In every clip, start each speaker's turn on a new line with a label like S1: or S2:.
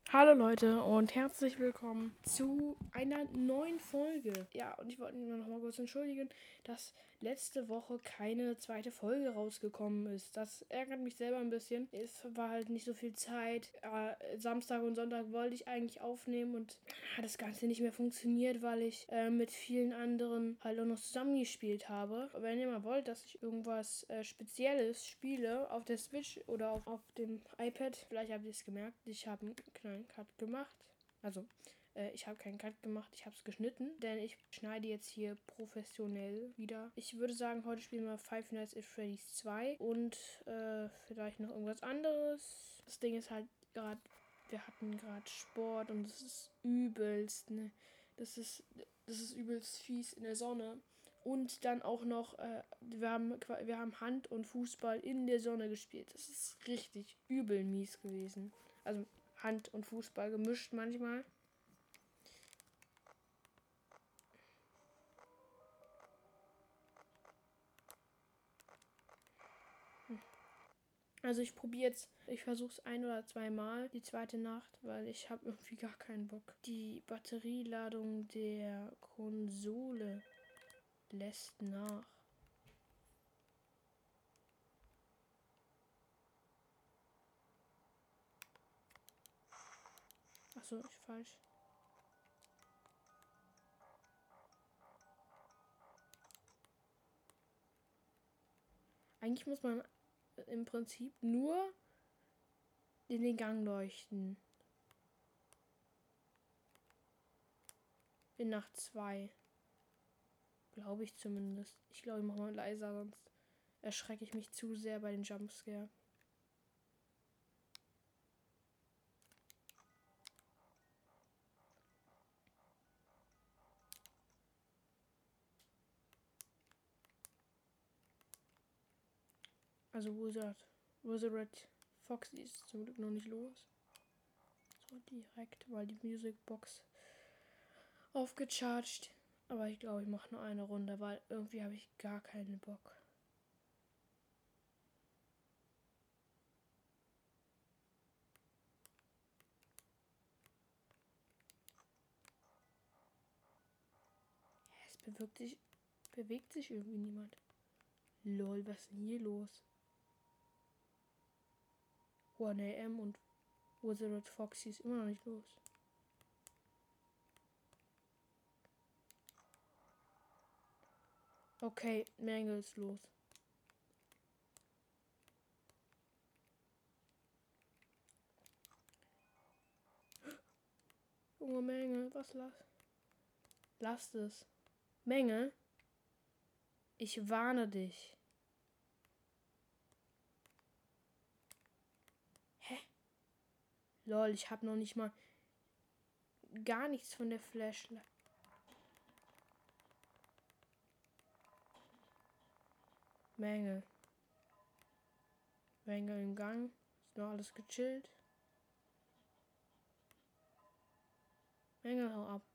S1: Hallo Leute und herzlich willkommen zu einer neuen Folge. Ja, und ich wollte mich noch mal kurz entschuldigen, dass letzte Woche keine zweite Folge rausgekommen ist. Das ärgert mich selber ein bisschen. Es war halt nicht so viel Zeit. Samstag und Sonntag wollte ich eigentlich aufnehmen und hat das Ganze nicht mehr funktioniert, weil ich mit vielen anderen halt auch noch zusammengespielt habe. Wenn ihr mal wollt, dass ich irgendwas Spezielles spiele auf der Switch oder auf dem iPad, vielleicht habt ihr es gemerkt, ich habe einen kleinen Cut gemacht. Also, ich habe keinen Cut gemacht, ich habe es geschnitten, denn ich schneide jetzt hier professionell wieder. Ich würde sagen, heute spielen wir Five Nights at Freddy's 2 und vielleicht noch irgendwas anderes. Das Ding ist halt gerade, wir hatten gerade Sport und es ist übelst, ne? Das ist übelst fies in der Sonne. Und dann auch noch, wir haben Hand- und Fußball in der Sonne gespielt. Das ist richtig übel mies gewesen. Also Hand- und Fußball gemischt manchmal. Also ich probiere jetzt, ich versuche es ein oder zweimal die zweite Nacht, weil ich habe irgendwie gar keinen Bock. Die Batterieladung der Konsole lässt nach. Achso, ich falsch. Eigentlich muss man im Prinzip nur in den Gang leuchten. In Nacht 2. Glaube ich zumindest. Ich glaube, ich mache mal leiser, sonst erschrecke ich mich zu sehr bei den Jumpscare. Also Wizard Foxy ist zum Glück noch nicht los. So direkt, weil die Musicbox aufgecharged. Aber ich glaube, ich mache nur eine Runde, weil irgendwie habe ich gar keinen Bock. Es bewegt sich irgendwie niemand. Lol, was ist denn hier los? 1 AM und Wizard Foxy ist immer noch nicht los. Okay, Mangle ist los. Junge Menge, was lasst es. Menge, ich warne dich. Hä? Lol, ich habe noch nicht mal gar nichts von der Flashlight. Menge. Menge im Gang. Ist noch alles gechillt. Menge, hau ab.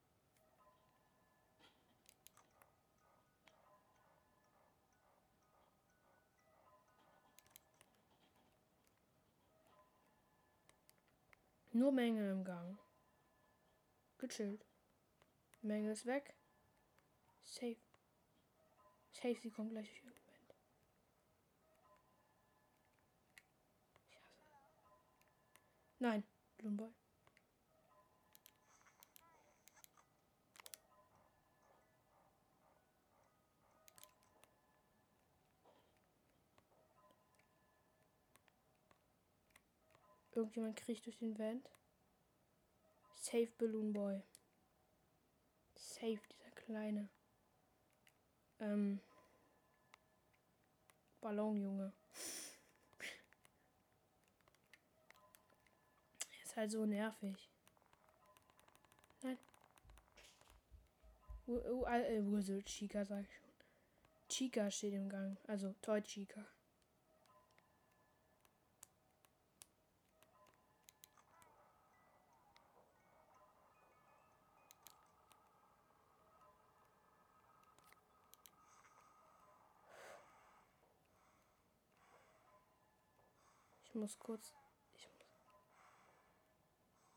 S1: Nur Menge im Gang. Gechillt. Menge ist weg. Safe. Safe, sie kommt gleich durch irgendein Moment. Ich hasse. Nein, Balloon Boy. Irgendjemand kriecht durch den Vent. Safe Balloon Boy. Safe, dieser kleine. Ballonjunge. Ist halt so nervig. Nein. Wizard Chica, sag ich schon. Chica steht im Gang. Also Toy Chica. Ich muss kurz.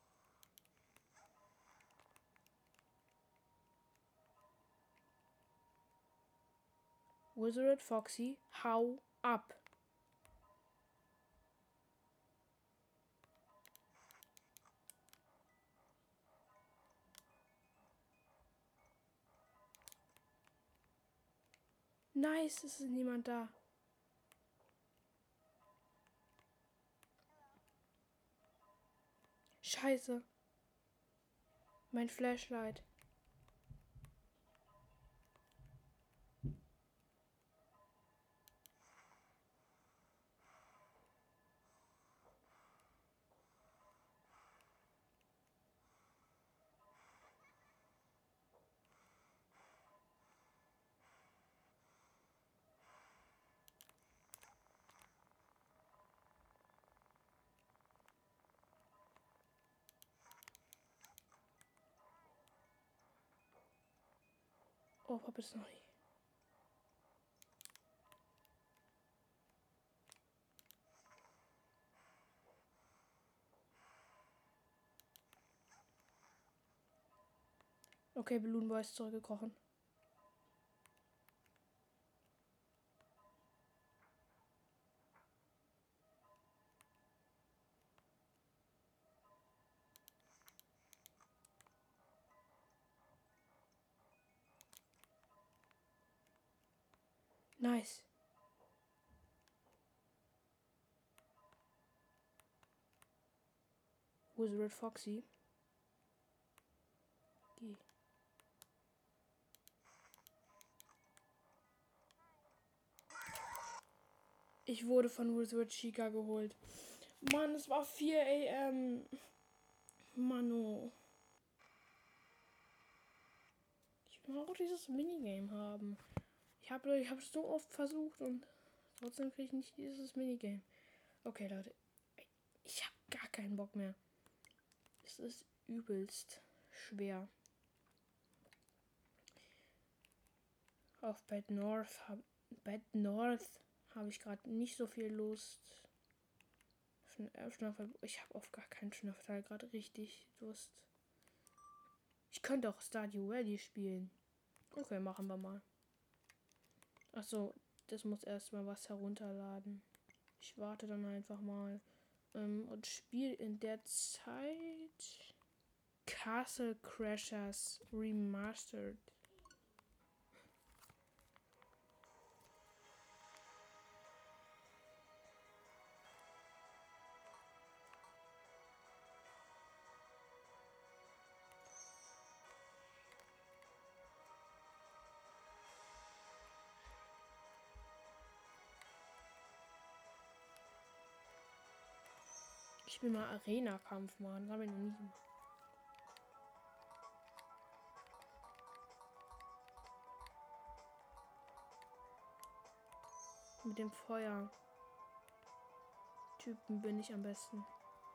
S1: Wizard Foxy, hau ab. Nice, es ist niemand da. Scheiße. Mein Flashlight. Oh, Papa ist noch nicht. Okay, Balloon Boy ist zurückgekrochen. Nice. Wizard Foxy. Geh. Ich wurde von Wizard Chica geholt. Mann, es war 4 AM. Mano. Ich will auch dieses Minigame haben. Ich habe es so oft versucht und trotzdem kriege ich nicht dieses Minigame. Okay, Leute. Ich habe gar keinen Bock mehr. Es ist übelst schwer. Auf Bad North habe ich gerade nicht so viel Lust. Ich habe auf gar keinen Schnafteil gerade richtig Lust. Ich könnte auch Stardew Valley spielen. Okay, machen wir mal. Achso, das muss erstmal was herunterladen. Ich warte dann einfach mal. Und spiele in der Zeit Castle Crashers Remastered. Ich will mal Arena-Kampf machen. Das habe ich noch nie gemacht. Mit dem Feuer-Typen bin ich am besten.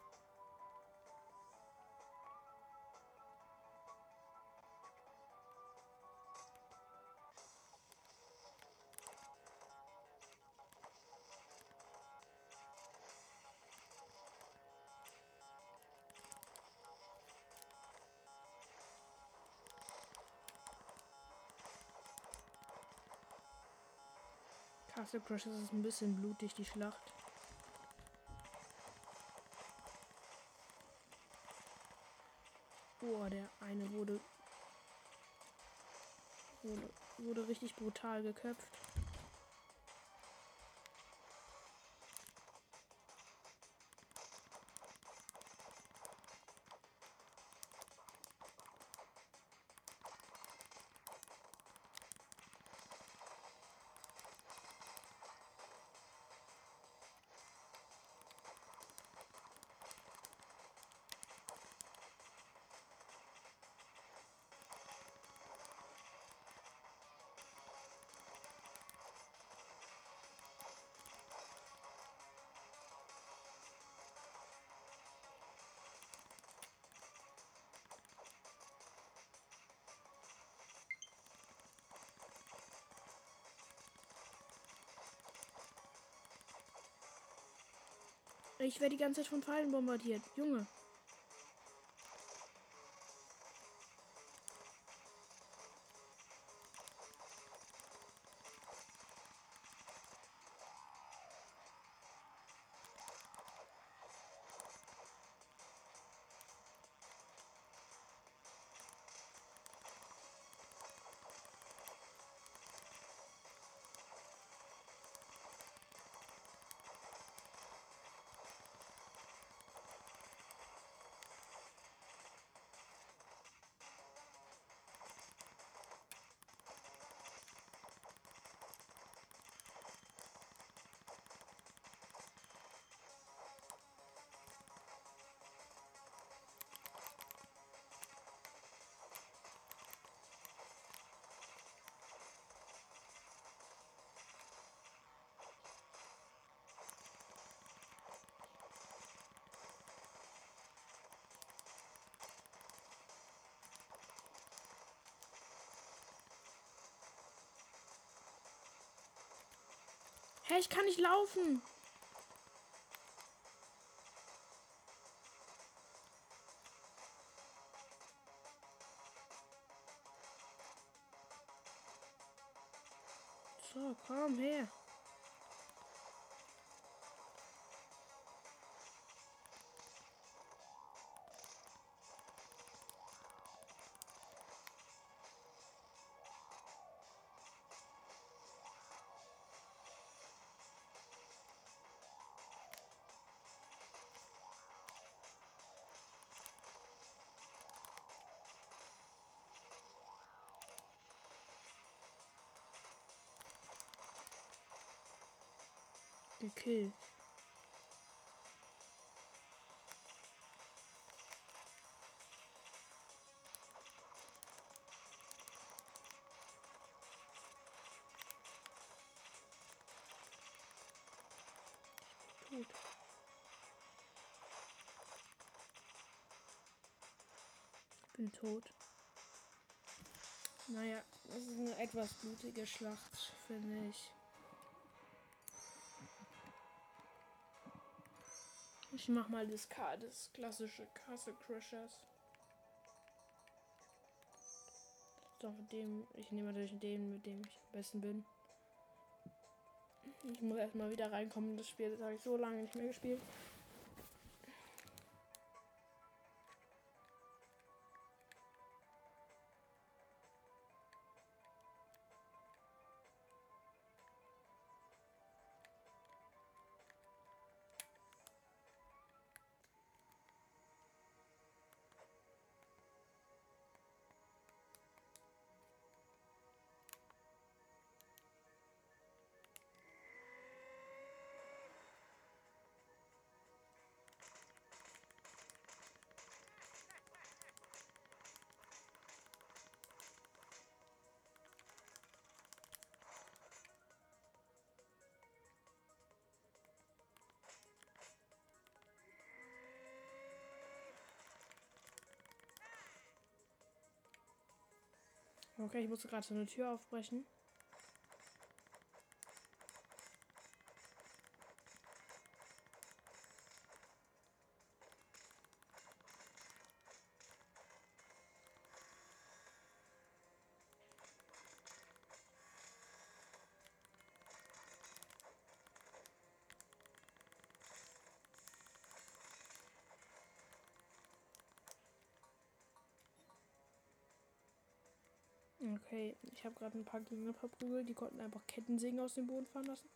S1: Castle Crashers ist ein bisschen blutig, die Schlacht. Boah, der eine wurde richtig brutal geköpft. Ich werde die ganze Zeit von Pfeilen bombardiert. Junge. Hä, ich kann nicht laufen. So, komm her. Gekillt. Gut. Bin tot. Naja, das ist eine etwas blutige Schlacht, finde ich. Ich mach mal das klassische Castle Crushers. So, ich nehme natürlich den, mit dem ich am besten bin. Ich muss erstmal wieder reinkommen in das Spiel, das habe ich so lange nicht mehr gespielt. Okay, ich musste gerade so eine Tür aufbrechen. Okay, ich habe gerade ein paar Gegner verprügelt, die konnten einfach Kettensägen aus dem Boden fahren lassen.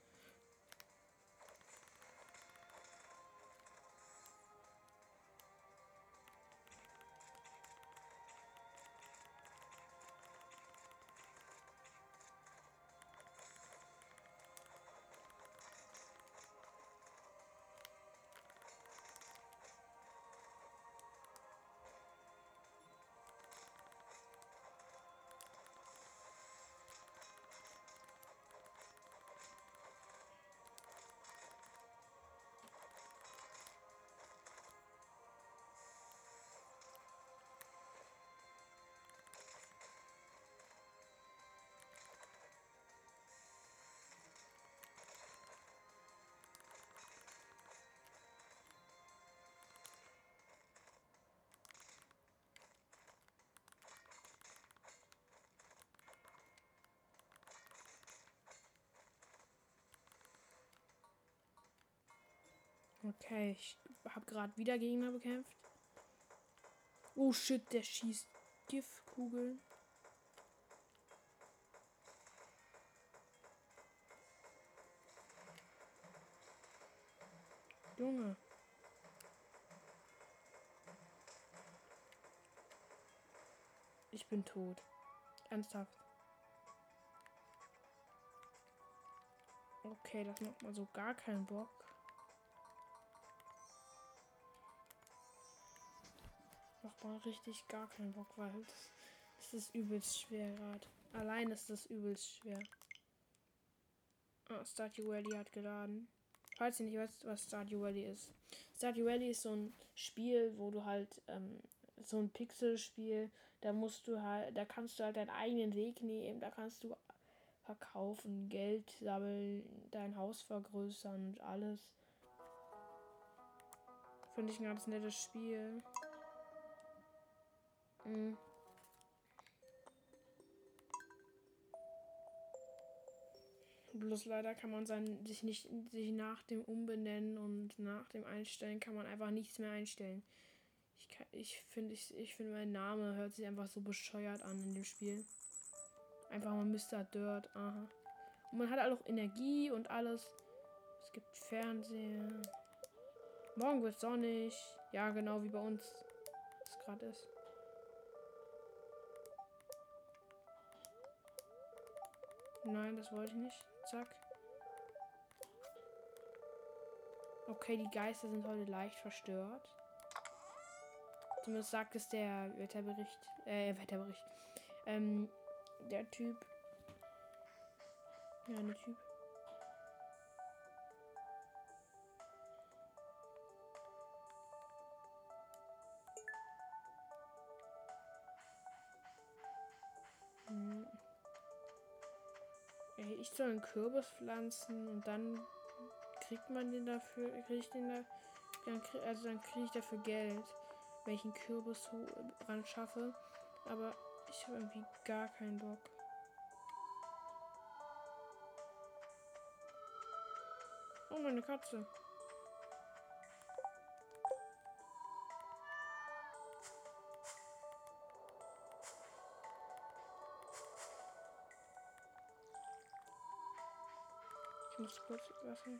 S1: Okay, ich habe gerade wieder Gegner bekämpft. Oh shit, der schießt Giftkugeln. Junge. Ich bin tot. Ernsthaft. Okay, das macht mal so gar keinen Bock. Macht mal richtig gar keinen Bock, weil das ist übelst schwer gerade. Allein ist das übelst schwer. Ah, Stardew Valley hat geladen. Falls ihr nicht wisst, was Stardew Valley ist. Stardew Valley ist so ein Spiel, wo du halt, so ein Pixelspiel, da kannst du halt deinen eigenen Weg nehmen, da kannst du verkaufen, Geld sammeln, dein Haus vergrößern und alles. Finde ich ein ganz nettes Spiel. Bloß leider kann man sich nach dem Umbenennen und nach dem Einstellen kann man einfach nichts mehr einstellen. Ich finde, mein Name hört sich einfach so bescheuert an in dem Spiel. Einfach mal Mr. Dirt. Aha. Und man hat auch Energie und alles. Es gibt Fernseher. Morgen wird sonnig. Ja, genau wie bei uns es gerade ist. Nein, das wollte ich nicht. Zack. Okay, die Geister sind heute leicht verstört. Zumindest sagt es der Wetterbericht. Der Typ. Ja, der Typ. Ich soll einen Kürbis pflanzen und dann kriegt man den dafür, dann kriege ich dafür Geld, wenn ich einen Kürbis ran schaffe. Aber ich habe irgendwie gar keinen Bock. Oh, meine Katze. Ich muss kurz lassen.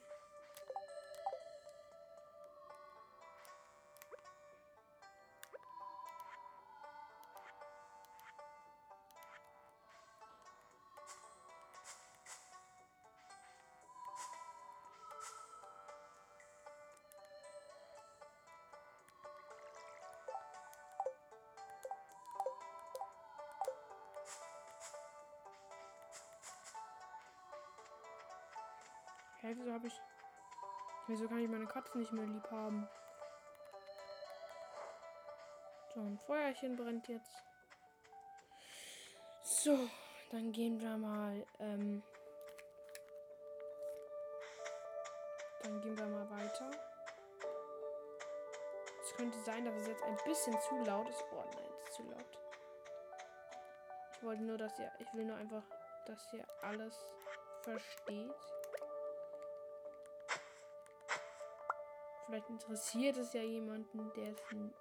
S1: Hey, wieso kann ich meine Katze nicht mehr lieb haben? So, ein Feuerchen brennt jetzt. So, dann gehen wir mal, weiter. Es könnte sein, dass es jetzt ein bisschen zu laut ist. Oh nein, es ist zu laut. Ich will nur einfach, dass ihr alles versteht. Vielleicht interessiert es ja jemanden, der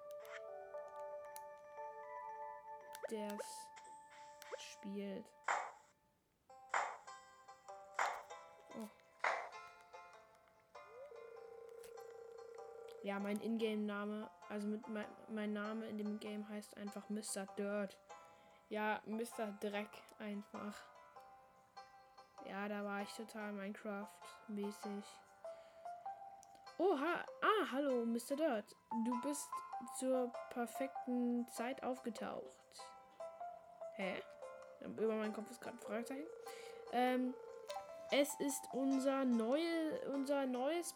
S1: es spielt. Oh. Ja, mein Ingame-Name, also mein Name in dem Game heißt einfach Mr. Dirt. Ja, Mr. Dreck einfach. Ja, da war ich total Minecraft-mäßig. Oha, hallo Mr. Dirt. Du bist zur perfekten Zeit aufgetaucht. Hä? Über meinen Kopf ist gerade ein Fragezeichen. Es ist unser neues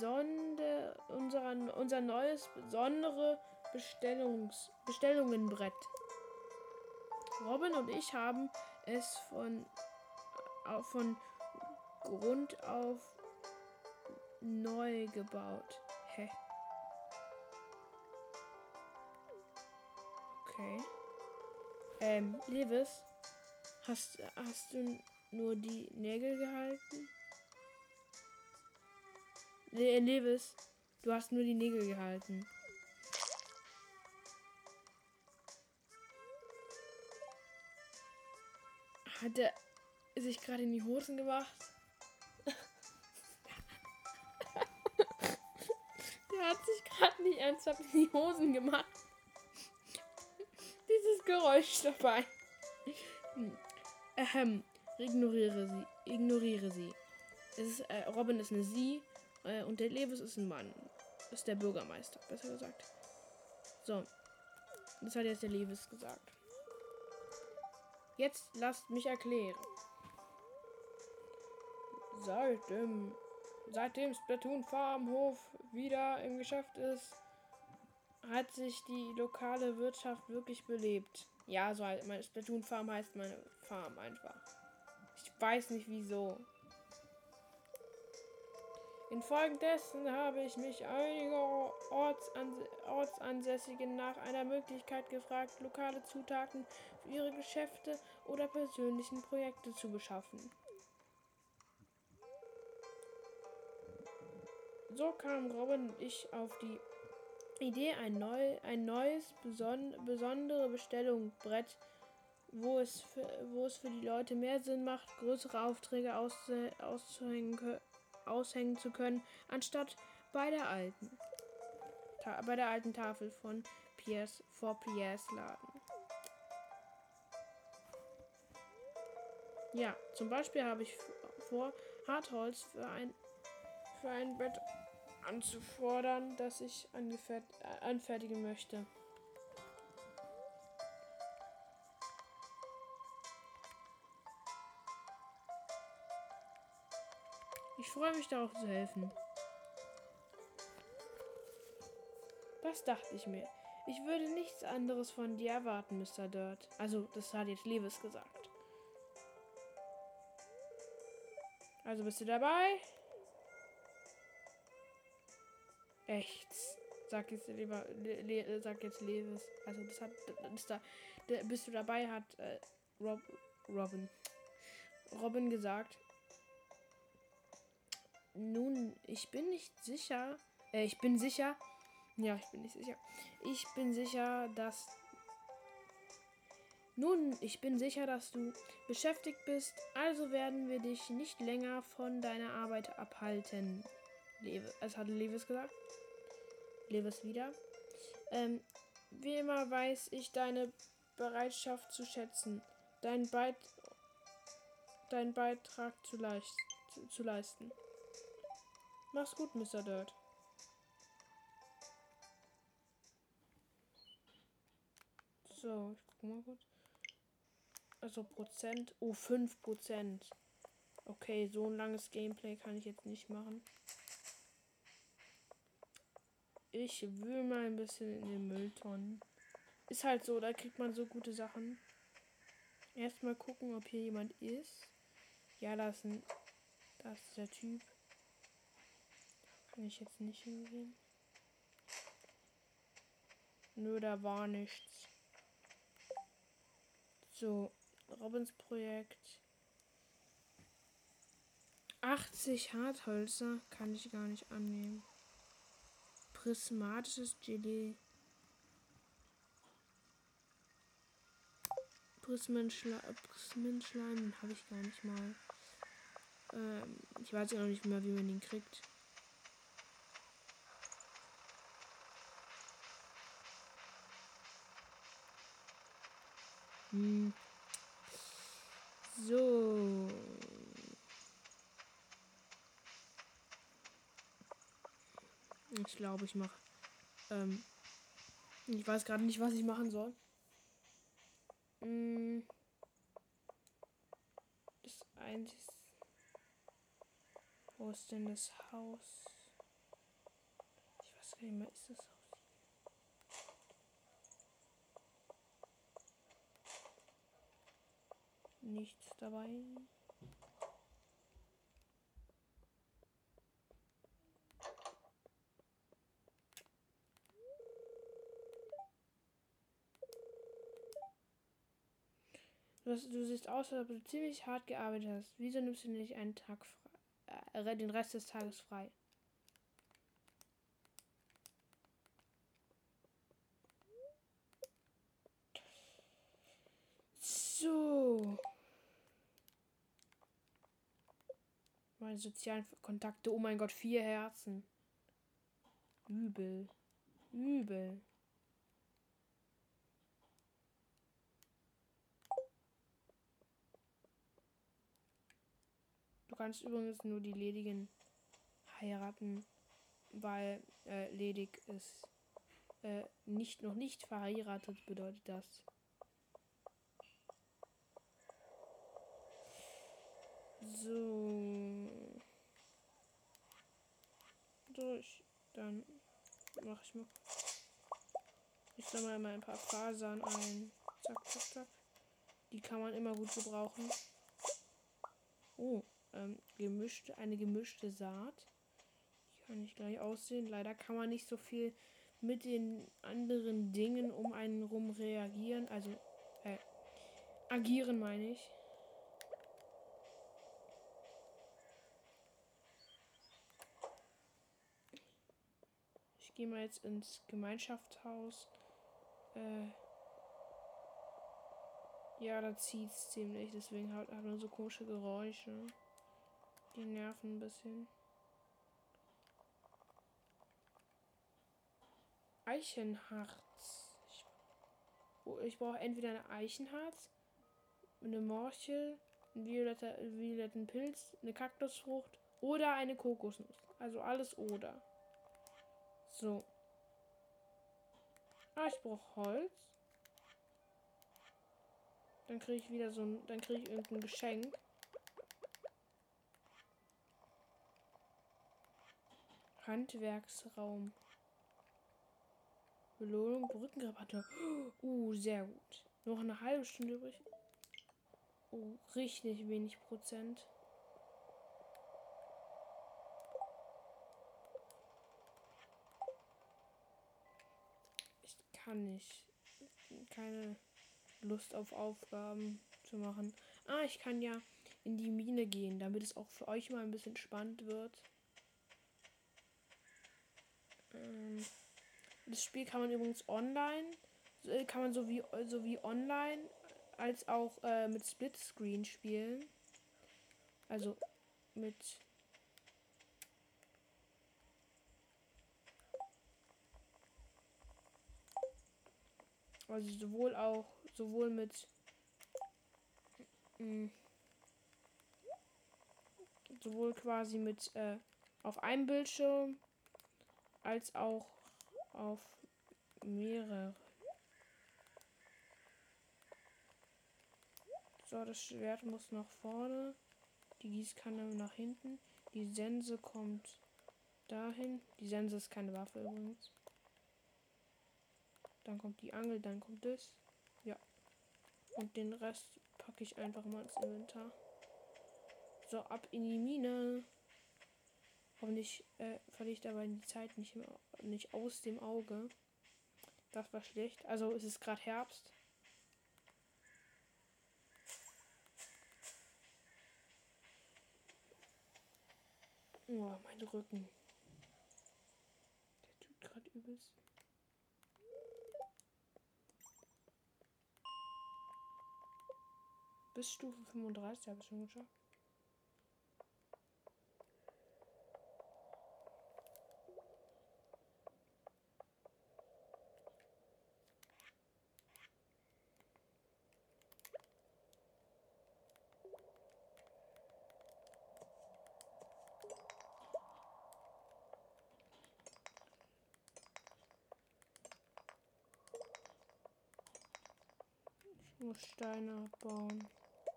S1: besondere Bestellungenbrett. Robin und ich haben es von Grund auf neu gebaut. Hä? Okay. Lewis, hast du nur die Nägel gehalten? Lewis, du hast nur die Nägel gehalten. Hat er sich gerade in die Hosen gemacht? Der hat sich gerade nicht ernsthaft in die Hosen gemacht. Dieses Geräusch dabei. Ignoriere sie. Robin ist eine Sie und der Lewis ist ein Mann. Ist der Bürgermeister, besser gesagt. So. Das hat jetzt der Lewis gesagt. Jetzt lasst mich erklären. Seitdem Splatoon Farmhof wieder im Geschäft ist, hat sich die lokale Wirtschaft wirklich belebt. Ja, so halt, meine Splatoon Farm heißt meine Farm einfach. Ich weiß nicht wieso. Infolgedessen habe ich mich einige Ortsansässigen nach einer Möglichkeit gefragt, lokale Zutaten für ihre Geschäfte oder persönlichen Projekte zu beschaffen. So kamen Robin und ich auf die Idee, ein neues, besondere Bestellungsbrett, wo es für die Leute mehr Sinn macht, größere Aufträge aushängen zu können, anstatt bei der alten Tafel von Pierre's Laden. Ja, zum Beispiel habe ich vor, Hartholz für ein Bett anzufordern, das ich anfertigen möchte. Ich freue mich darauf zu helfen. Das dachte ich mir. Ich würde nichts anderes von dir erwarten, Mr. Dirt. Also, das hat jetzt Lewis gesagt. Also bist du dabei? Echt? Sag jetzt Lewis. Also bist du dabei, hat Robin gesagt. Nun, ich bin nicht sicher. Ich bin sicher. Ja, ich bin nicht sicher. Ich bin sicher, dass du beschäftigt bist. Also werden wir dich nicht länger von deiner Arbeit abhalten. Es hatte Lewis gesagt. Lewis wieder. Wie immer weiß ich deine Bereitschaft zu schätzen, deinen Beitrag zu leisten. Mach's gut, Mr. Dirt. So, ich guck mal kurz. Also Prozent. Oh, 5%. Okay, so ein langes Gameplay kann ich jetzt nicht machen. Ich wühle mal ein bisschen in den Mülltonnen. Ist halt so, da kriegt man so gute Sachen. Erstmal gucken, ob hier jemand ist. Ja, da ist der Typ. Kann ich jetzt nicht hingehen. Nö, da war nichts. So, Robins Projekt. 80 Harthölzer kann ich gar nicht annehmen. Prismatisches Gelee. Prismenschleim habe ich gar nicht mal. Ich weiß ja noch nicht mehr, wie man den kriegt. So. Ich glaube, ich mache. Ich weiß gerade nicht, was ich machen soll. Das einzige. Wo ist denn das Haus? Ich weiß gar nicht mehr, ist das Haus? Nichts dabei. Du siehst aus, als ob du ziemlich hart gearbeitet hast. Wieso nimmst du nicht einen Tag frei, den Rest des Tages frei? So. Meine sozialen Kontakte. Oh mein Gott, 4 Herzen. Übel. Übel. Du kannst übrigens nur die Ledigen heiraten, weil ledig ist noch nicht verheiratet, bedeutet das. So. Dann mache ich mal. Ich sammle mal ein paar Fasern ein. Zack, zack, zack. Die kann man immer gut gebrauchen. Oh, eine gemischte Saat. Die kann ich gleich aussehen. Leider kann man nicht so viel mit den anderen Dingen um einen rum reagieren. Also, agieren meine ich. Ich gehe mal jetzt ins Gemeinschaftshaus. Ja, da zieht es ziemlich. Deswegen hat man so komische Geräusche. Die nerven ein bisschen. Eichenharz. Ich brauche entweder ein Eichenharz, eine Morchel, einen violetten Pilz, eine Kaktusfrucht oder eine Kokosnuss. Also alles oder. So. Ich brauche Holz. Dann kriege ich wieder dann kriege ich irgendein Geschenk. Handwerksraum. Belohnung, Brückenreparatur. Sehr gut. Noch eine halbe Stunde übrig. Richtig wenig Prozent. Ich kann nicht. Keine Lust auf Aufgaben zu machen. Ich kann ja in die Mine gehen, damit es auch für euch mal ein bisschen spannend wird. Das Spiel kann man übrigens online, kann man sowie online als auch mit Splitscreen spielen. Also mit sowohl mit sowohl quasi mit auf einem Bildschirm als auch auf mehrere. So, das Schwert muss nach vorne, die Gießkanne nach hinten, die Sense kommt dahin. Die Sense ist keine Waffe übrigens. Dann kommt die Angel, dann kommt das. Ja. Und den Rest packe ich einfach mal ins Inventar. So, ab in die Mine. Hoffentlich verliere ich dabei die Zeit nicht aus dem Auge. Das war schlecht. Also es ist gerade Herbst. Oh, mein Rücken. Der tut gerade übelst. Bis Stufe 35 habe ich schon geschafft. Ich muss Steine abbauen.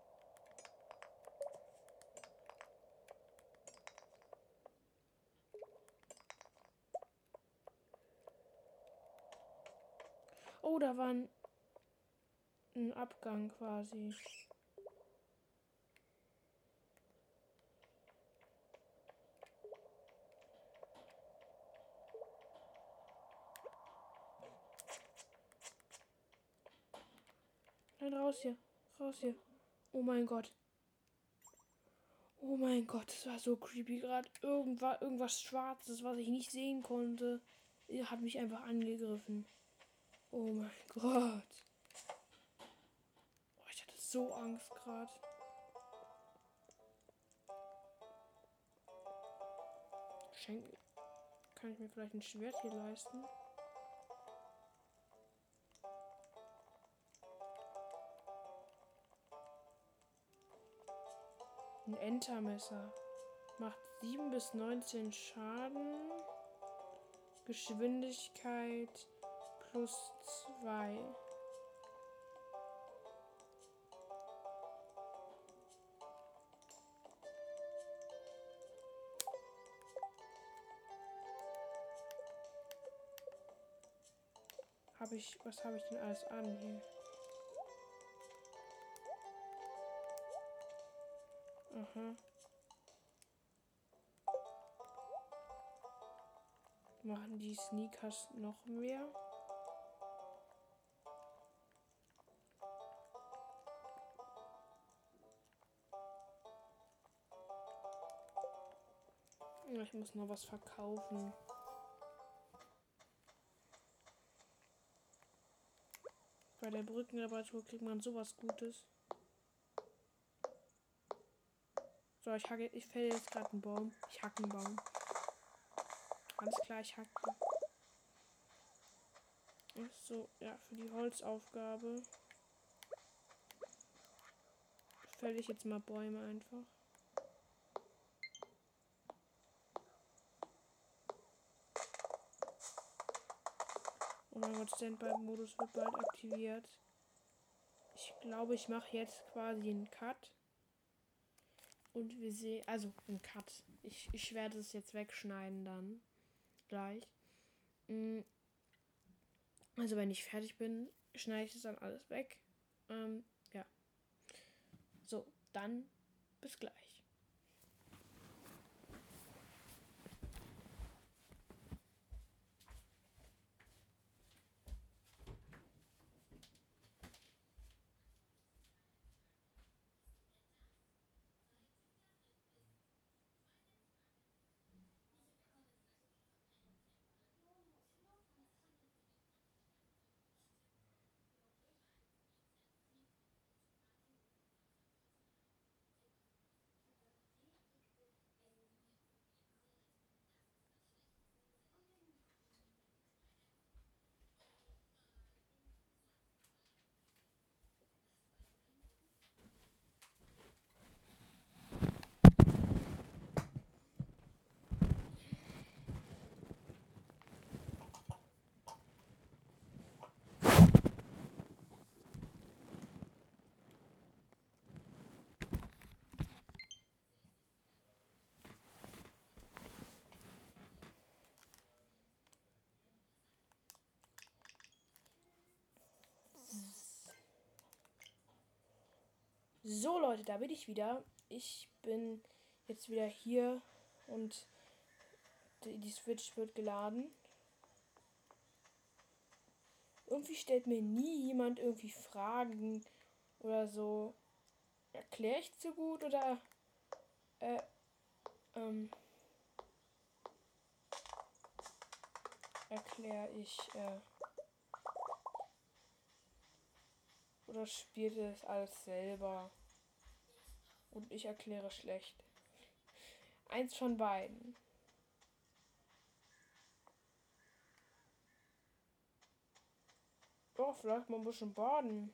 S1: Oh, da war ein Abgang quasi. Nein, raus hier. Raus hier. Oh mein Gott. Oh mein Gott, das war so creepy gerade. Irgendwas Schwarzes, was ich nicht sehen konnte, hat mich einfach angegriffen. Oh mein Gott. Oh, ich hatte so Angst gerade. Kann ich mir vielleicht ein Schwert hier leisten? Ein Entermesser. Macht 7 bis 19 Schaden. Geschwindigkeit plus 2. Was habe ich denn alles an hier? Aha. Machen die Sneakers noch mehr? Ich muss noch was verkaufen. Bei der Brückenreparatur kriegt man sowas Gutes. So, ich fälle jetzt gerade einen Baum. Ich hacke einen Baum. Alles klar, ich hacke. So, ja, für die Holzaufgabe fälle ich jetzt mal Bäume einfach. Oh mein Gott, Standby-Modus wird bald aktiviert. Ich glaube, ich mache jetzt quasi einen Cut. Und wir sehen, also einen Cut. Ich werde es jetzt wegschneiden dann. Gleich. Also wenn ich fertig bin, schneide ich das dann alles weg. Ja. So, dann bis gleich. So Leute, da bin ich wieder. Ich bin jetzt wieder hier und die Switch wird geladen. Irgendwie stellt mir nie jemand irgendwie Fragen oder so. Erkläre ich zu gut oder erkläre ich oder spielt es alles selber und ich erkläre schlecht. Eins von beiden. Oh, vielleicht mal ein bisschen baden.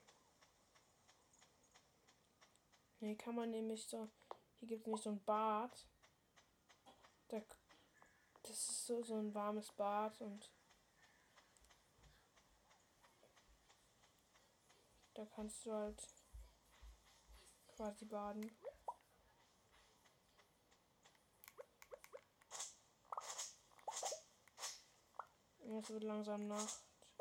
S1: Hier kann man nämlich so. Hier gibt es nämlich so ein Bad. Das ist so ein warmes Bad und da kannst du halt quasi baden. Und es wird langsam Nacht.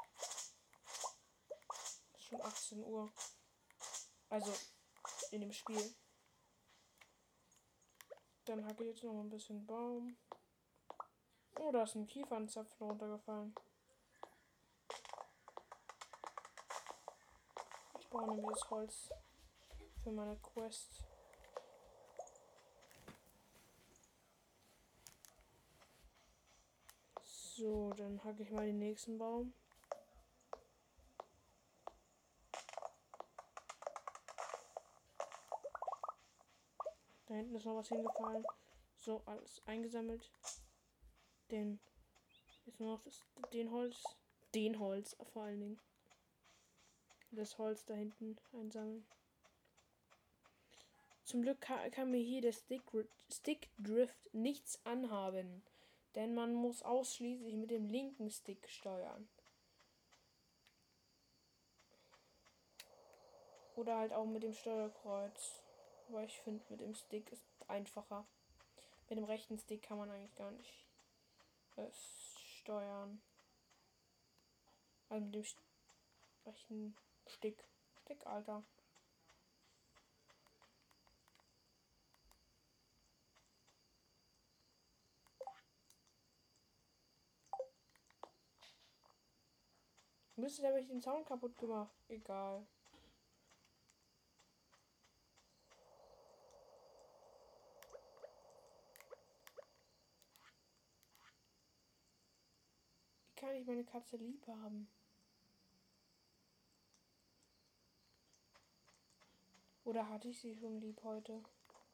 S1: Es ist schon 18 Uhr. Also in dem Spiel. Dann hacke ich jetzt noch ein bisschen Baum. Oh, da ist ein Kiefernzapfen runtergefallen. Ich brauche nämlich das Holz für meine Quest. So, dann hacke ich mal den nächsten Baum. Da hinten ist noch was hingefallen. So, alles eingesammelt. Jetzt nur noch den Holz vor allen Dingen. Das Holz da hinten einsammeln. Zum Glück kann mir hier der Stickdrift nichts anhaben. Denn man muss ausschließlich mit dem linken Stick steuern. Oder halt auch mit dem Steuerkreuz. Aber ich finde, mit dem Stick ist einfacher. Mit dem rechten Stick kann man eigentlich gar nicht steuern. Also mit dem rechten Stick, Alter. Müsste, habe ich den Sound kaputt gemacht. Egal. Wie kann ich meine Katze lieb haben? Oder hatte ich sie schon lieb heute?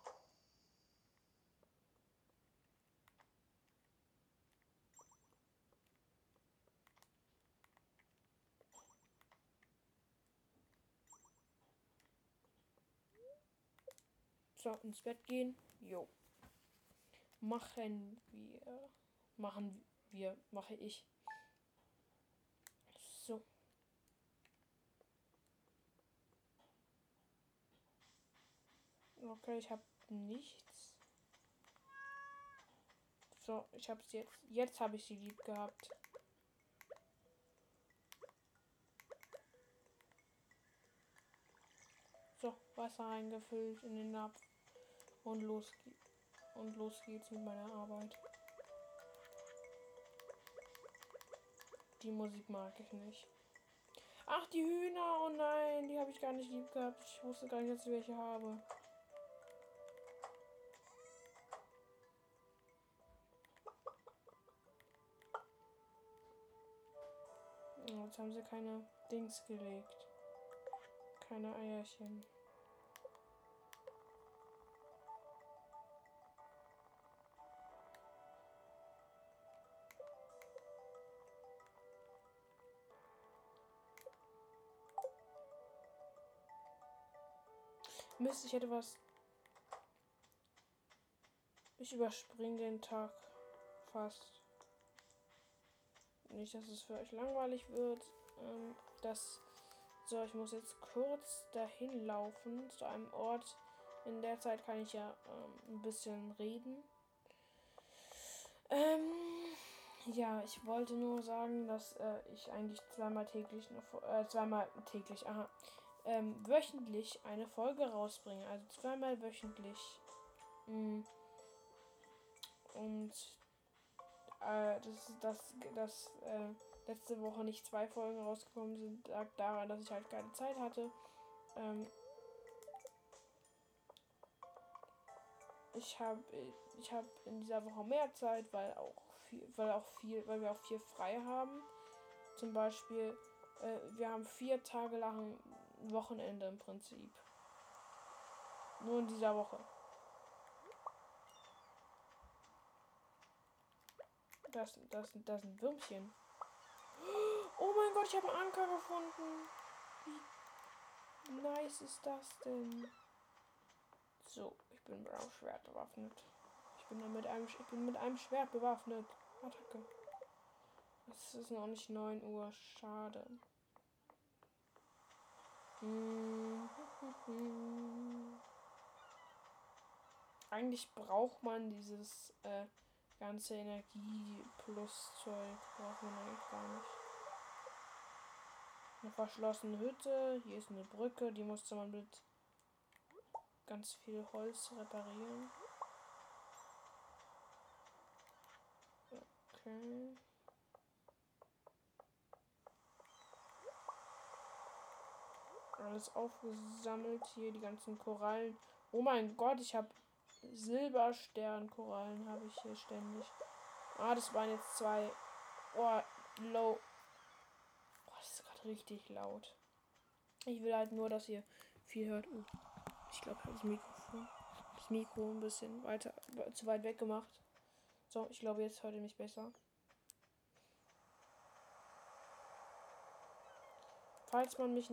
S1: So, ins Bett gehen. Jo. Machen wir. Machen wir. Mache ich. So. Okay, ich habe nichts. So, ich habe es jetzt. Jetzt habe ich sie lieb gehabt. So, Wasser reingefüllt in den Napf. Und los geht's mit meiner Arbeit. Die Musik mag ich nicht. Ach, die Hühner. Oh nein, die habe ich gar nicht lieb gehabt. Ich wusste gar nicht, dass ich welche habe. Oh, jetzt haben sie keine Dings gelegt. Keine Eierchen. Mist, ich hätte was. Ich überspringe den Tag fast. Nicht, dass es für euch langweilig wird. So, ich muss jetzt kurz dahin laufen zu einem Ort. In der Zeit kann ich ja ein bisschen reden. Ja, ich wollte nur sagen, dass ich eigentlich wöchentlich eine Folge rausbringe. Also zweimal wöchentlich. Und dass letzte Woche nicht 2 Folgen rausgekommen sind, lag daran, dass ich halt keine Zeit hatte. Ich habe in dieser Woche mehr Zeit, weil wir auch viel frei haben. Zum Beispiel, wir haben 4 Tage lang Wochenende im Prinzip. Nur in dieser Woche. Das sind Würmchen. Oh mein Gott, ich habe einen Anker gefunden. Wie nice ist das denn? So, ich bin mit einem Schwert bewaffnet. Ich bin mit einem Schwert bewaffnet. Attacke. Es ist noch nicht 9 Uhr. Schade. Eigentlich braucht man dieses ganze Energie-Plus-Zeug. Braucht man eigentlich gar nicht. Eine verschlossene Hütte. Hier ist eine Brücke. Die musste man mit ganz viel Holz reparieren. Okay. Alles aufgesammelt hier, die ganzen Korallen. Oh mein Gott, ich habe Silbersternkorallen habe ich hier ständig. Ah, das waren jetzt 2. Oh, low. Oh, das ist gerade richtig laut. Ich will halt nur, dass ihr viel hört. Ich glaube, ich habe das Mikro ein bisschen zu weit weg gemacht. So, ich glaube, jetzt hört ihr mich besser. Falls man mich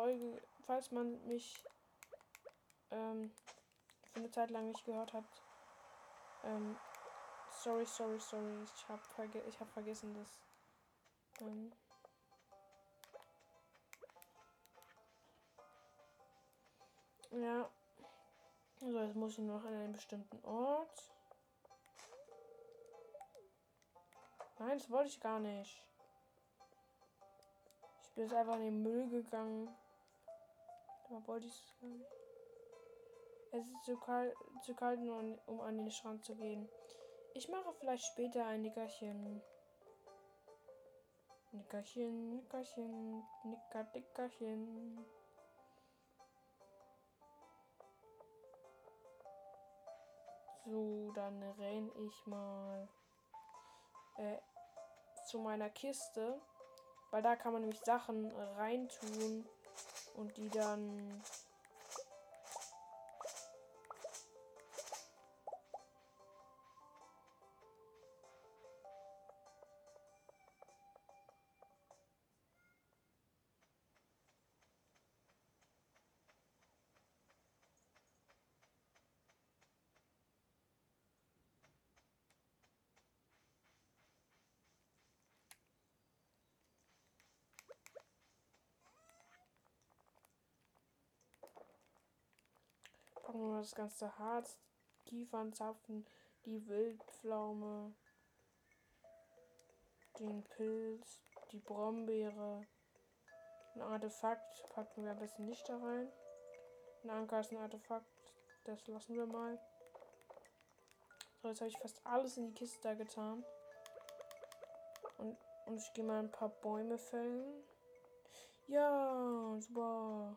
S1: für eine Zeit lang nicht gehört hat, sorry. Ich hab vergessen, dass ja. Also jetzt muss ich nur noch an einen bestimmten Ort. Nein, das wollte ich gar nicht. Ich bin jetzt einfach in den Müll gegangen. Da wollte ich es gar nicht. Es ist zu kalt, um an den Strand zu gehen. Ich mache vielleicht später ein Nickerchen. Nickerchen, Nickerchen, Nickerchen. So, dann renn ich mal zu meiner Kiste, weil da kann man nämlich Sachen reintun und die dann packen wir mal das ganze Harz, Kiefernzapfen, die Wildpflaume, den Pilz, die Brombeere. Ein Artefakt packen wir am besten nicht da rein. Ein Anker ist ein Artefakt, das lassen wir mal. So, jetzt habe ich fast alles in die Kiste da getan. Und ich gehe mal ein paar Bäume fällen. Ja, super.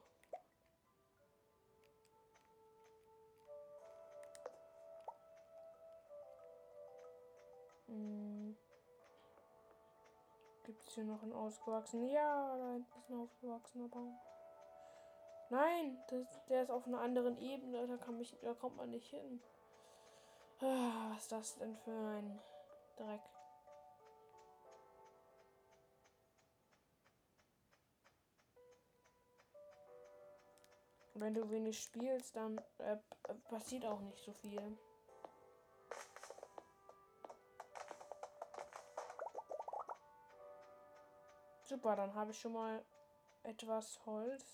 S1: Gibt es hier noch einen ausgewachsenen? Ja, da hinten ist ein ausgewachsener Baum. Nein, der ist auf einer anderen Ebene. Da kommt man nicht hin. Was ist das denn für ein Dreck? Wenn du wenig spielst, dann passiert auch nicht so viel. Super, dann habe ich schon mal etwas Holz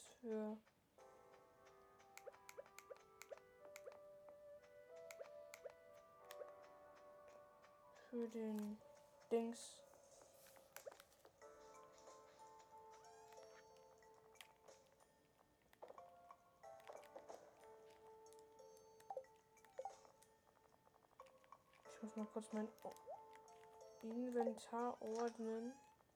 S1: für den Dings. Ich muss mal kurz mein Inventar ordnen.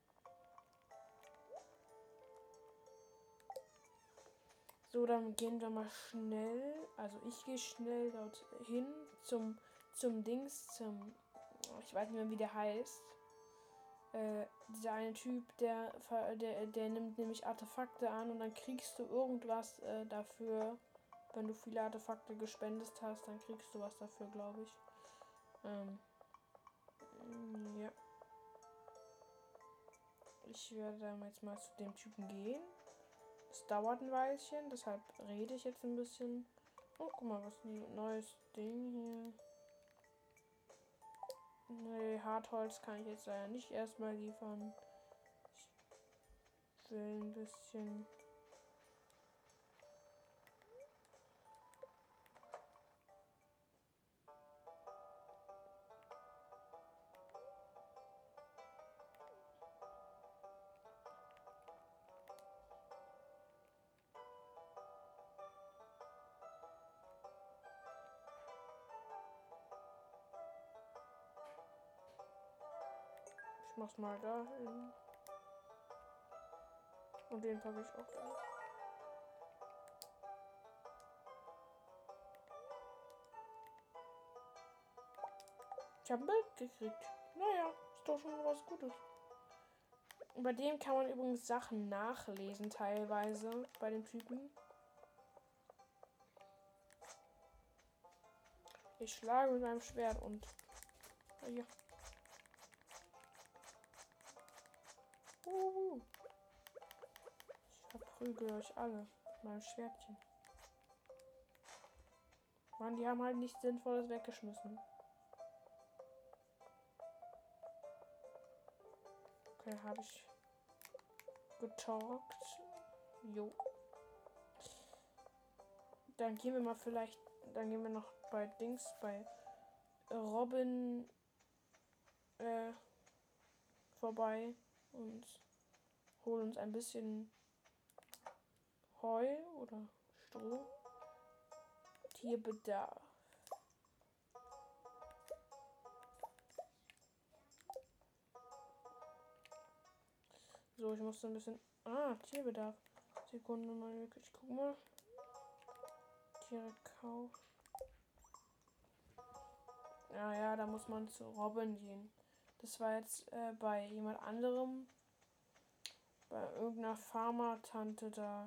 S1: So, dann gehen wir mal schnell. Also ich gehe schnell dorthin zum Dings, ich weiß nicht mehr, wie der heißt. Dieser eine Typ, der nimmt nämlich Artefakte an und dann kriegst du irgendwas dafür. Wenn du viele Artefakte gespendet hast, dann kriegst du was dafür, glaube ich. Ja. Ich werde dann jetzt mal zu dem Typen gehen. Es dauert ein Weilchen, deshalb rede ich jetzt ein bisschen. Oh, guck mal, was ein neues Ding hier. Nee, Hartholz kann ich jetzt leider nicht erstmal liefern. Ich will ein bisschen. Ich mach's mal dahin. Und den packe ich auch da. Ich habe ein Bild gekriegt. Naja, ist doch schon was Gutes. Und bei dem kann man übrigens Sachen nachlesen, teilweise, bei den Typen. Ich schlage mit meinem Schwert und. Oh ja. Ich verprügel euch alle mit meinem Schwertchen. Mann, die haben halt nichts Sinnvolles weggeschmissen. Okay, habe ich getalkt. Jo. Dann gehen wir mal vielleicht. Dann gehen wir noch bei Dings, bei Robin vorbei und holen uns ein bisschen Heu oder Stroh. Tierbedarf. So, ich muss so ein bisschen... Ah, Tierbedarf. Sekunde mal, ich guck mal. Tiere kaufen. Ja, da muss man zu Robin gehen. Das war jetzt bei jemand anderem. Bei irgendeiner Pharma-Tante da.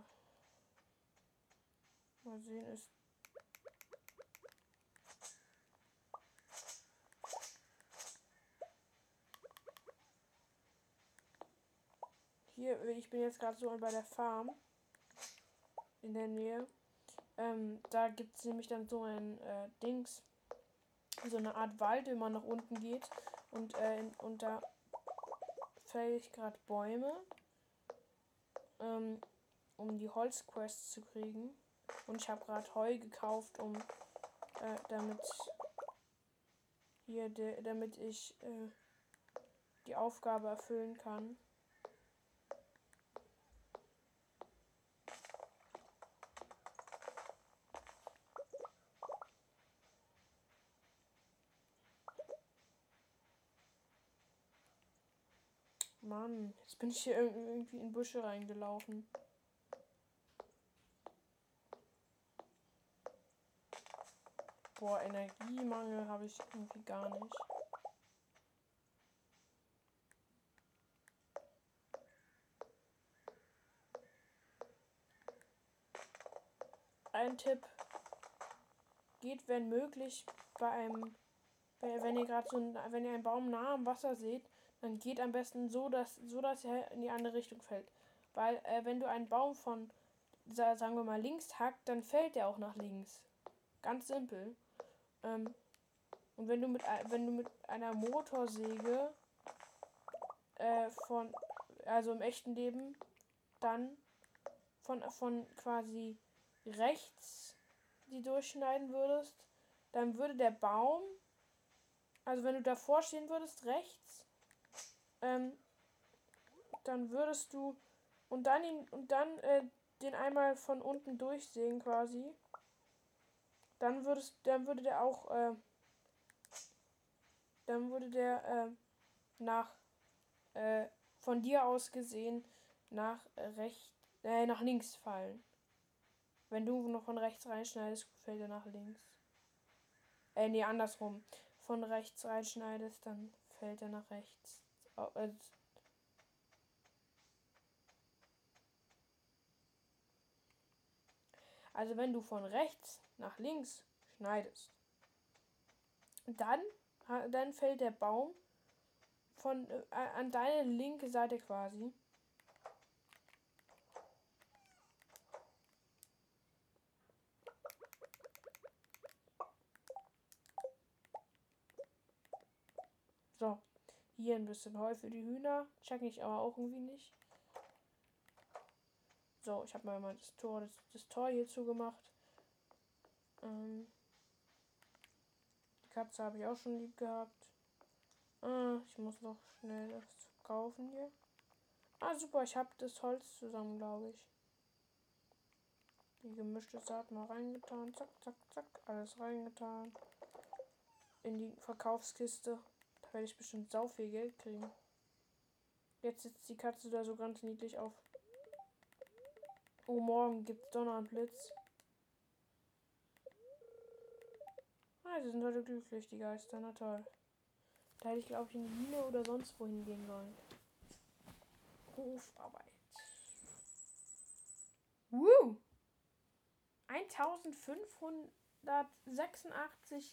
S1: Mal sehen, ist... Hier, ich bin jetzt gerade so bei der Farm. In der Nähe. Da gibt es nämlich dann so ein Dings. So eine Art Wald, wenn man nach unten geht. Und da fälle ich gerade Bäume. Um die Holzquests zu kriegen. Und ich habe gerade Heu gekauft, damit ich die Aufgabe erfüllen kann. Mann, jetzt bin ich hier irgendwie in Büsche reingelaufen. Boah, Energiemangel habe ich irgendwie gar nicht. Ein Tipp. Geht, wenn möglich, wenn ihr einen Baum nah am Wasser seht, dann geht am besten so, dass er in die andere Richtung fällt. Weil, wenn du einen Baum von, sagen wir mal, links hackt, dann fällt der auch nach links. Ganz simpel. Und wenn du mit einer Motorsäge also im echten Leben, dann von quasi rechts die durchschneiden würdest, dann würde der Baum, also wenn du davor stehen würdest, rechts, dann würdest du den einmal von unten durchsägen quasi, dann würde der auch, nach, von dir aus gesehen, nach links fallen. Wenn du noch von rechts reinschneidest, fällt er nach links. Andersrum. Von rechts reinschneidest, dann fällt er nach rechts. Also wenn du von rechts nach links schneidest, dann fällt der Baum an deine linke Seite quasi. So, hier ein bisschen Heu für die Hühner. Check ich aber auch irgendwie nicht. So, ich habe mal das Tor hier zugemacht. Die Katze habe ich auch schon lieb gehabt. Ich muss noch schnell das kaufen hier. Super, ich habe das Holz zusammen, glaube ich. Die gemischte Saat mal reingetan. Zack, zack, zack. Alles reingetan. In die Verkaufskiste. Da werde ich bestimmt sau viel Geld kriegen. Jetzt sitzt die Katze da so ganz niedlich auf. Oh, morgen gibt's Donner und Blitz. Sie sind heute glücklich, die Geister. Na toll. Da hätte ich, glaube ich, in die Mine oder sonst wohin gehen sollen. Hofarbeit. 1586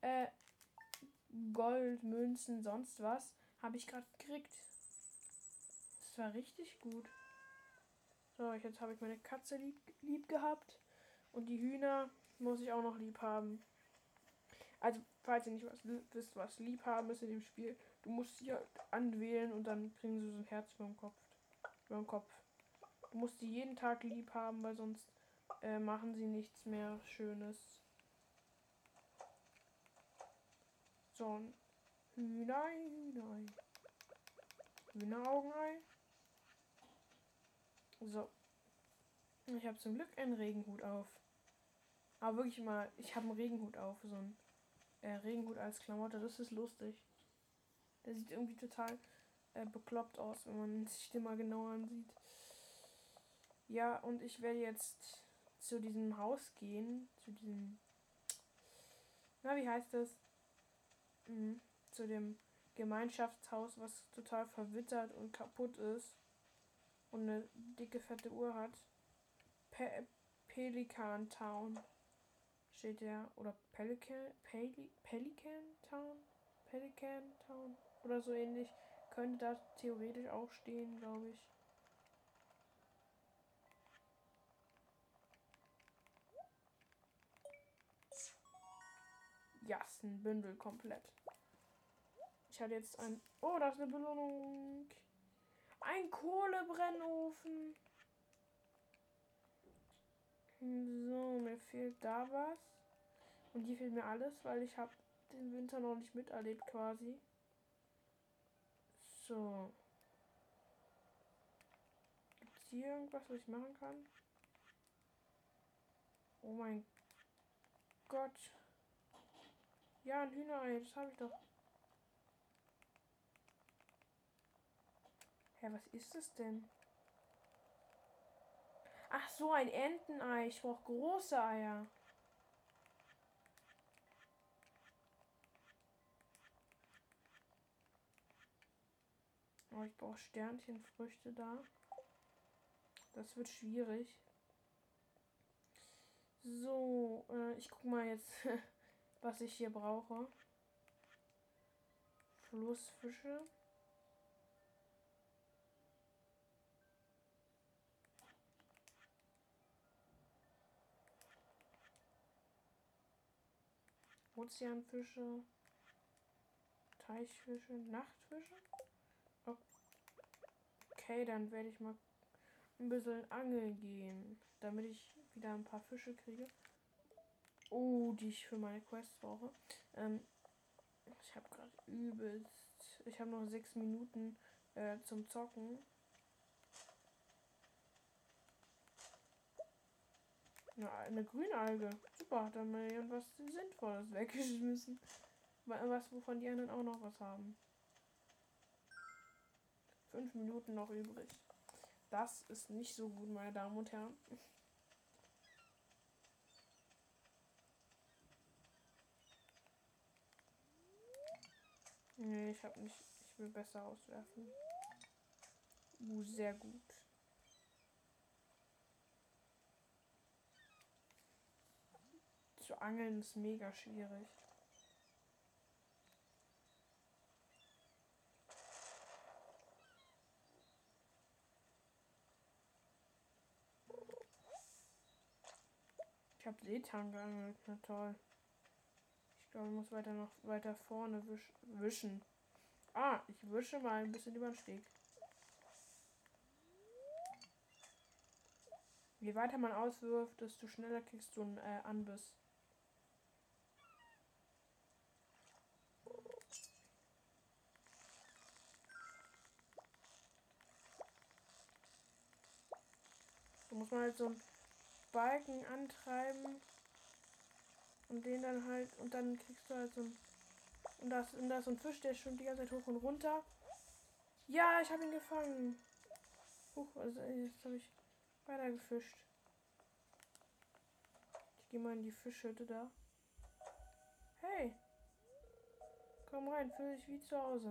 S1: Goldmünzen, sonst was, habe ich gerade gekriegt. Das war richtig gut. So, jetzt habe ich meine Katze lieb gehabt. Und die Hühner muss ich auch noch lieb haben. Also, falls ihr nicht wisst, was lieb haben ist in dem Spiel, du musst sie halt anwählen und dann kriegen sie so ein Herz über dem Kopf. Du musst sie jeden Tag lieb haben, weil sonst machen sie nichts mehr Schönes. So ein Hühneraugenei. So. Ich habe zum Glück einen Regenhut auf. Aber wirklich mal, ich habe einen Regenhut auf. So ein Regenhut als Klamotte. Das ist lustig. Der sieht irgendwie total bekloppt aus, wenn man sich den mal genauer ansieht. Ja, und ich werde jetzt zu diesem Haus gehen. Zu diesem... Na, wie heißt das? Zu dem Gemeinschaftshaus, was total verwittert und kaputt ist. Und eine dicke, fette Uhr hat. Pelican Town steht der. Oder Pelican Town? Pelican Town? Oder so ähnlich. Könnte da theoretisch auch stehen, glaube ich. Ja, ist ein Bündel komplett. Ich hatte jetzt ein... Oh, das ist eine Belohnung. Ein Kohlebrennofen. So, mir fehlt da was. Und hier fehlt mir alles, weil ich habe den Winter noch nicht miterlebt quasi. So. Gibt es hier irgendwas, was ich machen kann? Oh mein Gott. Ja, ein Hühnerei, das habe ich doch. Hä, was ist das denn? Ach so, ein Entenei. Ich brauche große Eier. Oh, ich brauche Sternchenfrüchte da. Das wird schwierig. So, ich guck mal jetzt, was ich hier brauche. Flussfische. Ozeanfische. Teichfische. Nachtfische. Okay, dann werde ich mal ein bisschen angeln gehen, damit ich wieder ein paar Fische kriege. Oh, die ich für meine Quest brauche. Ich habe gerade übelst... Ich habe noch 6 Minuten zum Zocken. Eine Grünalge. Super, hat dann mal irgendwas Sinnvolles weggeschmissen. Was, wovon die anderen auch noch was haben. 5 Minuten noch übrig. Das ist nicht so gut, meine Damen und Herren. Nee, ich habe nicht. Ich will besser auswerfen. Sehr gut. Zu angeln ist mega schwierig. Ich habe Seetang geangelt. Na toll. Ich glaube, ich muss weiter vorne wischen. Ah, ich wische mal ein bisschen über den Steg. Je weiter man auswirft, desto schneller kriegst du einen Anbiss. Da muss man halt so einen Balken antreiben und den dann halt, und dann kriegst du halt so ein, und da ist so ein Fisch, der schwimmt die ganze Zeit hoch und runter. Ja, ich habe ihn gefangen. Also jetzt habe ich weiter gefischt. Ich gehe mal in die Fischhütte da. Hey, komm rein, fühl dich wie zu Hause.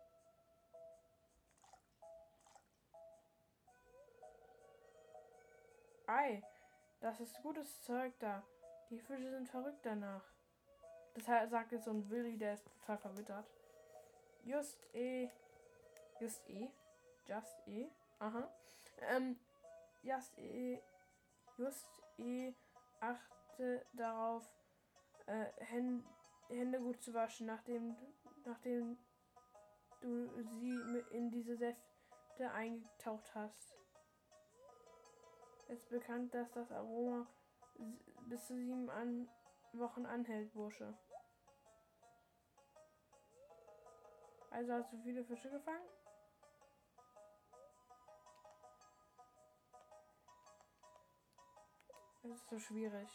S1: Ei, das ist gutes Zeug da. Die Fische sind verrückt danach. Das sagt jetzt so ein Willi, der ist total verwittert. Just E. Aha. Just E. Achte darauf, Hände gut zu waschen, nachdem du sie in diese Säfte eingetaucht hast. Es ist bekannt, dass das Aroma bis zu 7 Wochen anhält, Bursche. Also hast du viele Fische gefangen? Es ist so schwierig.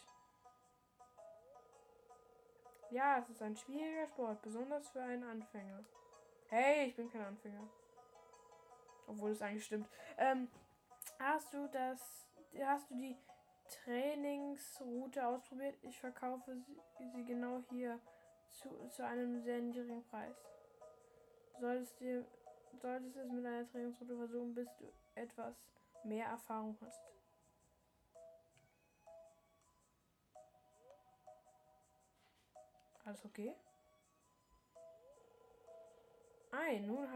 S1: Ja, es ist ein schwieriger Sport, besonders für einen Anfänger. Hey, ich bin kein Anfänger. Obwohl es eigentlich stimmt. Hast du die Trainingsroute ausprobiert? Ich verkaufe sie genau hier zu einem sehr niedrigen Preis. Solltest es mit einer Trainingsroute versuchen, bis du etwas mehr Erfahrung hast. Alles okay? Nun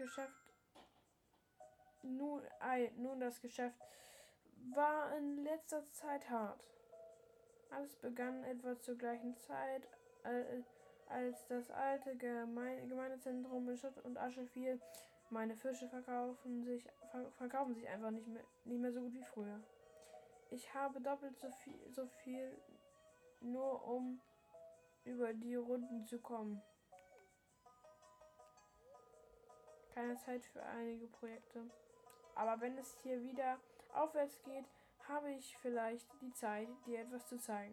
S1: das Geschäft war in letzter Zeit hart. Alles begann etwa zur gleichen Zeit, als das alte Gemeindezentrum in Schutt und Asche fiel. Meine Fische verkaufen sich einfach nicht mehr so gut wie früher. Ich habe doppelt so viel nur um über die Runden zu kommen. Keine Zeit für einige Projekte. Aber wenn es hier wieder aufwärts geht, habe ich vielleicht die Zeit, dir etwas zu zeigen.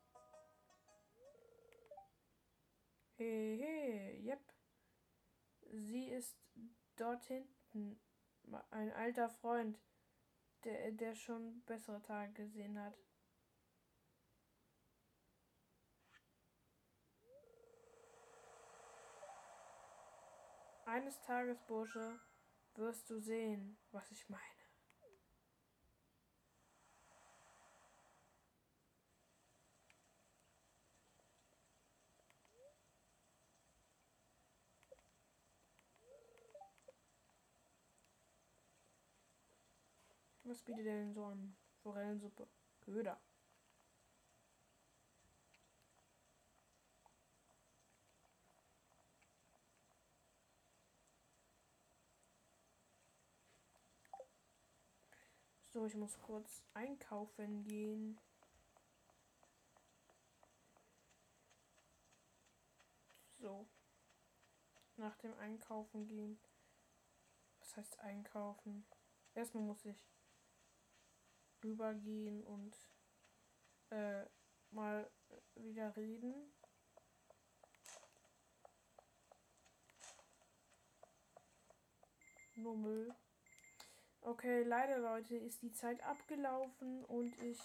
S1: Hey, yep. Sie ist dort hinten. Ein alter Freund, der schon bessere Tage gesehen hat. Eines Tages, Bursche, wirst du sehen, was ich meine. Was bietet er denn so an? Forellensuppe. Köder. So, ich muss kurz einkaufen gehen. So. Nach dem Einkaufen gehen. Was heißt einkaufen? Erstmal muss ich rübergehen und mal wieder reden. Nur Müll. Okay, leider Leute, ist die Zeit abgelaufen und ich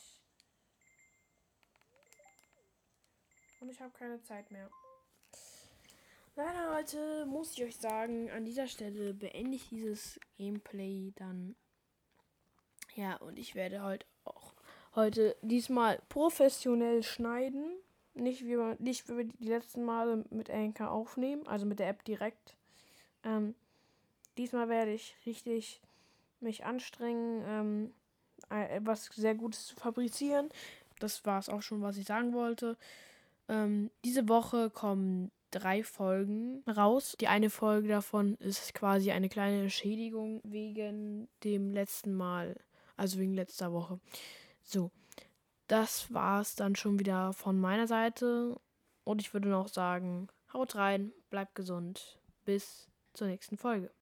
S1: habe keine Zeit mehr. Leider Leute, muss ich euch sagen, an dieser Stelle beende ich dieses Gameplay dann. Ja, und ich werde heute diesmal professionell schneiden. Nicht wie die letzten Male mit Anchor aufnehmen, also mit der App direkt. Diesmal werde ich richtig mich anstrengen, etwas sehr Gutes zu fabrizieren. Das war es auch schon, was ich sagen wollte. Diese Woche kommen 3 Folgen raus. Die eine Folge davon ist quasi eine kleine Entschädigung wegen dem letzten Mal, also wegen letzter Woche. So, das war's dann schon wieder von meiner Seite. Und ich würde noch sagen, haut rein, bleibt gesund. Bis zur nächsten Folge.